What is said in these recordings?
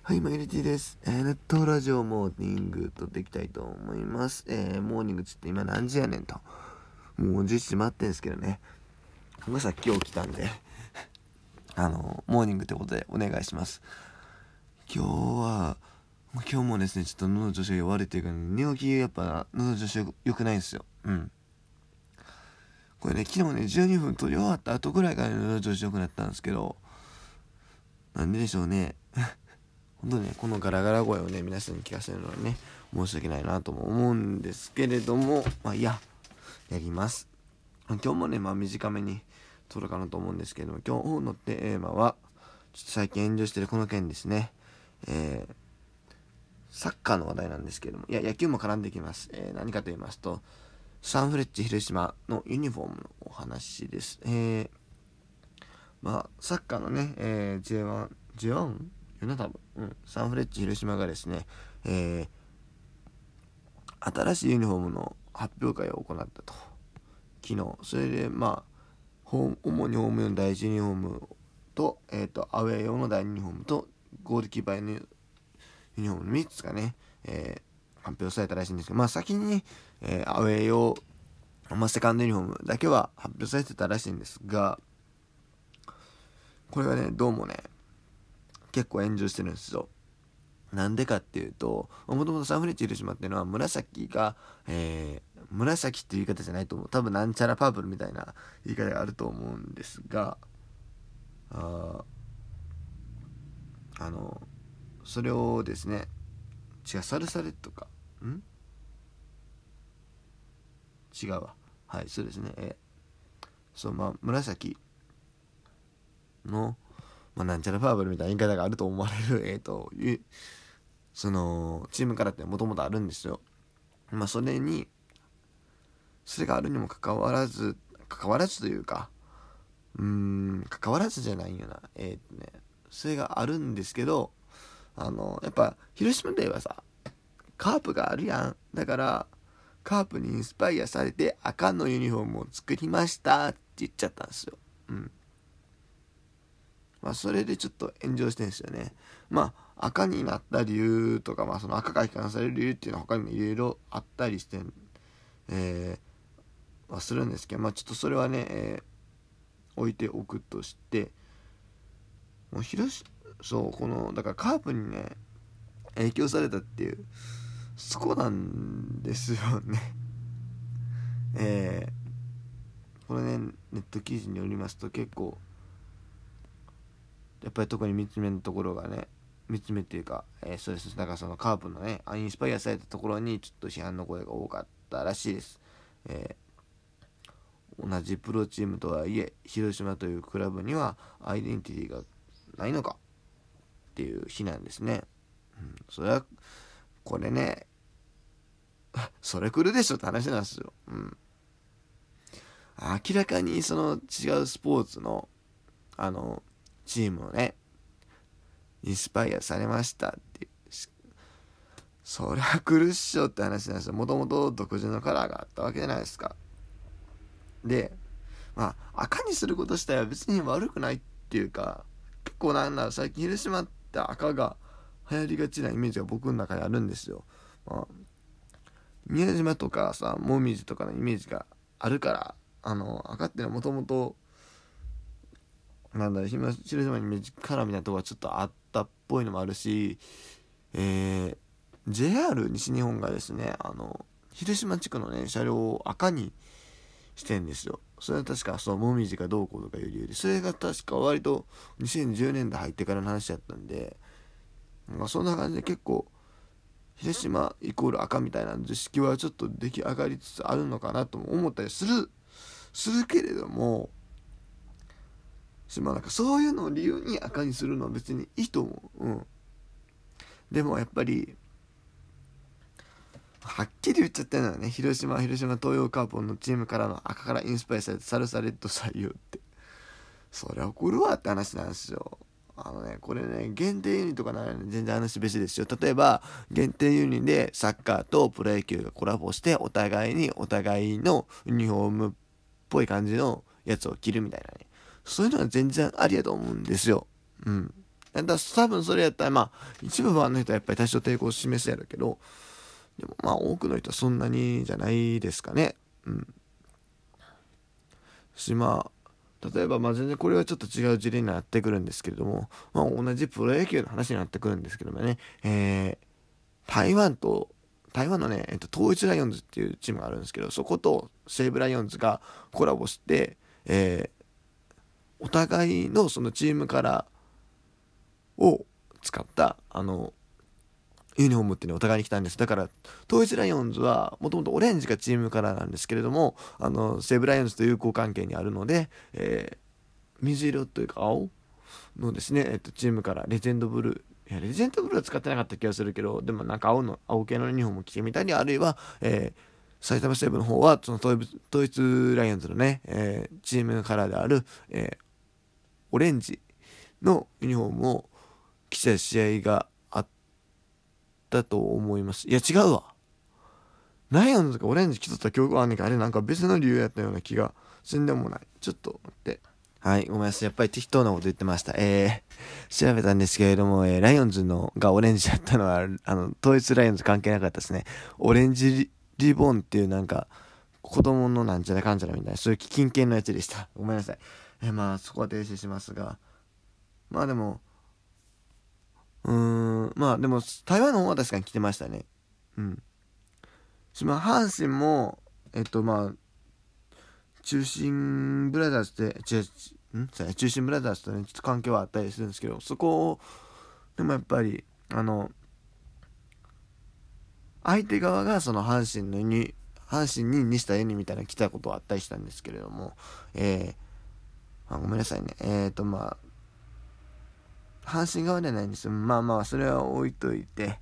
はい、マイルティです。ネットラジオモーニング撮っていきたいと思います。モーニングつって今何時やねんと。もう11時待ってんすけどね。さっき起きたんで、モーニングってことでお願いします。今日もですね、ちょっと喉の調子が悪いっていうか、寝起きやっぱ喉の調子良くないんですよ。これね、昨日ね、12分撮り終わった後ぐらいから喉の調子良くなったんですけど、なんででしょうね。本当ね、このガラガラ声をね、皆さんに聞かせるのはね、申し訳ないなとも思うんですけれども、やります。今日もね、短めに撮るかなと思うんですけれども、今日のテーマは、ちょっと最近炎上してるこの件ですね。サッカーの話題なんですけれども、野球も絡んできます。何かと言いますと、サンフレッチェ広島のユニフォームのお話です。サッカーのね、J1 よな多分、サンフレッチェ広島がですね、新しいユニフォームの発表会を行ったと。昨日それで主にホーム用の第1ユニフォームと、アウェー用の第2ユニフォームとゴールキーパーのユニフォームの3つがね、発表されたらしいんですけど、先に、アウェー用、セカンドユニフォームだけは発表されてたらしいんですが、これがね、どうもね、結構炎上してるんですよ。なんでかっていうと、もともとサンフレッチェ広島っていうのは紫が、紫っていう言い方じゃないと思う。多分なんちゃらパープルみたいな言い方があると思うんですが、それをですね、サルサレットか違うわ。はい、そうですね。紫の、なんちゃらパープルみたいな言い方があると思われる、そのチームからってもともとあるんですよ。それがあるにもかかわらずというか、関わらずじゃないんよな。それがあるんですけど、やっぱ広島ではさ、カープがあるやん。だからカープにインスパイアされて赤のユニフォームを作りましたって言っちゃったんですよ。それでちょっと炎上してんですよね。赤になった理由とか、その赤が批判される理由っていうのは他にもいろいろあったりして、するんですけど、ちょっとそれはね、置いておくとして、もうこのだからカープにね影響されたっていうそこなんですよね。これね、ネット記事によりますと、結構やっぱり特に3つ目のところがね、3つ目っていうか、そうです。だからそのカープのねインスパイアされたところにちょっと批判の声が多かったらしいです。同じプロチームとはいえ広島というクラブにはアイデンティティがないのかっていう非難ですね。それはこれねそれ来るでしょって話なんですよ。明らかにその違うスポーツのチームをねインスパイアされましたっていう、そりゃ来るっしょって話なんですよ。もともと独自のカラーがあったわけじゃないですか。で赤にすること自体は別に悪くないっていうか、結構最近広島って赤が流行りがちなイメージが僕の中にあるんですよ。宮島とかさ、もみじとかのイメージがあるから、赤っていうのはもともと広島のイメージカラーみたいなところはちょっとあったっぽいのもあるし、JR 西日本がですね、広島地区のね車両を赤にしてんですよ。それは確かもみじがどうこうとかいう理由で、それが確か割と2010年代入ってからの話だったんで、そんな感じで結構広島イコール赤みたいな図式はちょっと出来上がりつつあるのかなとも思ったりするけれども、そういうのを理由に赤にするのは別にいいと思う。でもやっぱりはっきり言っちゃったのはね、広島東洋カープのチームからの赤からインスパイアされてサルサレッド採用って、そりゃ怒るわって話なんですよ。これね、限定ユニとかなら全然話別ですよ。例えば限定ユニでサッカーとプロ野球がコラボしてお互いのユニフォームっぽい感じのやつを着るみたいなね、そういうのは全然ありやと思うんですよ。 多分それやったらまあ一部ファンの人はやっぱり多少抵抗を示すやろうけど、でもまあ多くの人はそんなにじゃないですかね。まあ例えば全然これはちょっと違う事例になってくるんですけれども、同じプロ野球の話になってくるんですけどもね、台湾のね、統一ライオンズっていうチームがあるんですけど、そこと西武ライオンズがコラボして、お互いのそのチームカラーを使ったユニフォームっていうのをお互いに来たんです。だから統一ライオンズはもともとオレンジがチームカラーなんですけれども、西武ライオンズと友好関係にあるので、水色というか青のですね、チームカラーレジェンドブルー、レジェンドブルーは使ってなかった気がするけど、でもなんか青系のユニフォームを着てみたり、あるいは、埼玉西武の方はその統一ライオンズのね、チームカラーである、オレンジのユニフォームを着た試合があったと思います。いや違うわ、ライオンズがオレンジ着とった記憶はあんねんけど、あれなんか別の理由やったような気がせんでもない。ちょっと待って、はい、ごめんなさい。やっぱり適当なこと言ってました。調べたんですけれども、ライオンズのがオレンジだったのは、統一ライオンズ関係なかったですね。オレンジリボンっていうなんか、子供のなんちゃらかんちゃらみたいな、そういう金券のやつでした。ごめんなさい。そこは訂正しますが。でも、でも、台湾の方は確かに来てましたね。阪神も、中心ブラザーズで中心ブラザーズとねちょっと関係はあったりするんですけど、そこでもやっぱり相手側がその阪神に西田有志みたいなの来たことはあったりしたんですけれども、ごめんなさいね、阪神側ではないんですよ。それは置いといて、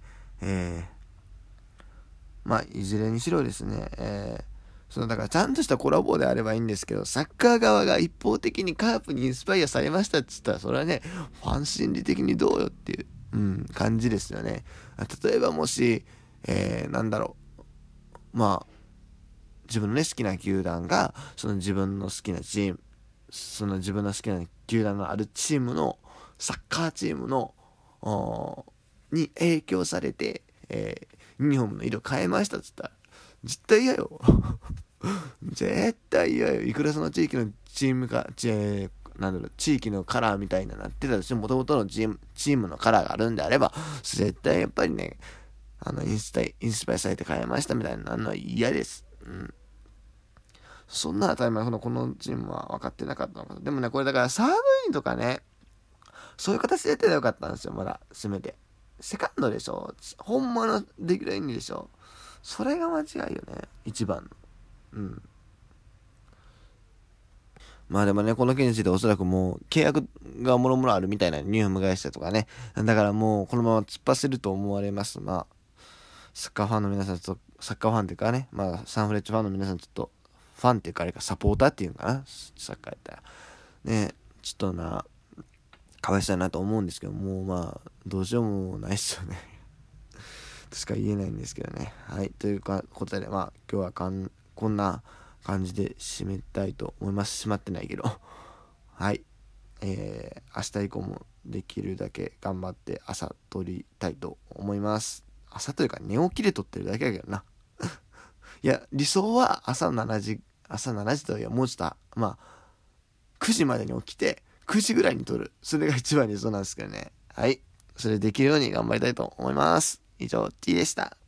いずれにしろですね、だからちゃんとしたコラボであればいいんですけど、サッカー側が一方的にカープにインスパイアされましたって言ったら、それはねファン心理的にどうよっていう、感じですよね。例えばもし、自分のね好きな球団がその自分の好きな球団のあるチームのサッカーチームのに影響されて、ユニフォームの色変えましたって言ったら絶対嫌よ絶対嫌よ。いくらその地域のチームか地域のカラーみたいなってたとしても、元々のチームのカラーがあるんであれば、絶対やっぱりねインスパイアされて変えましたみたいなのは嫌です。そんな当たり前このチームは分かってなかったのか。でもねこれだからサードインとかね、そういう形でやってたらよかったんですよ。まだせめてセカンドでしょ、本物レギュラーインでしょ、それが間違いよね、一番の。でもねこの件についておそらくもう契約がもろもろあるみたいな、ニューヨーク会社とかね、だからもうこのまま突っ走ると思われます。サッカーファンの皆さん、ちょっとサッカーファンっていうかね、サンフレッチェファンの皆さん、ちょっとファンっていうかあれかサポーターっていうのかな、サッカーやったらね、ちょっとかわいそうだなと思うんですけど、もうどうしようもないっすよねとしか言えないんですけどね。はい、ということで今日はこんな感じで締めたいと思います。閉まってないけどはい、明日以降もできるだけ頑張って朝撮りたいと思います。朝というか寝起きで撮ってるだけだけどないや理想は朝7時というもうちょっと9時までに起きて9時ぐらいに撮る、それが一番理想なんですけどね。はい、それできるように頑張りたいと思います。以上 T でした。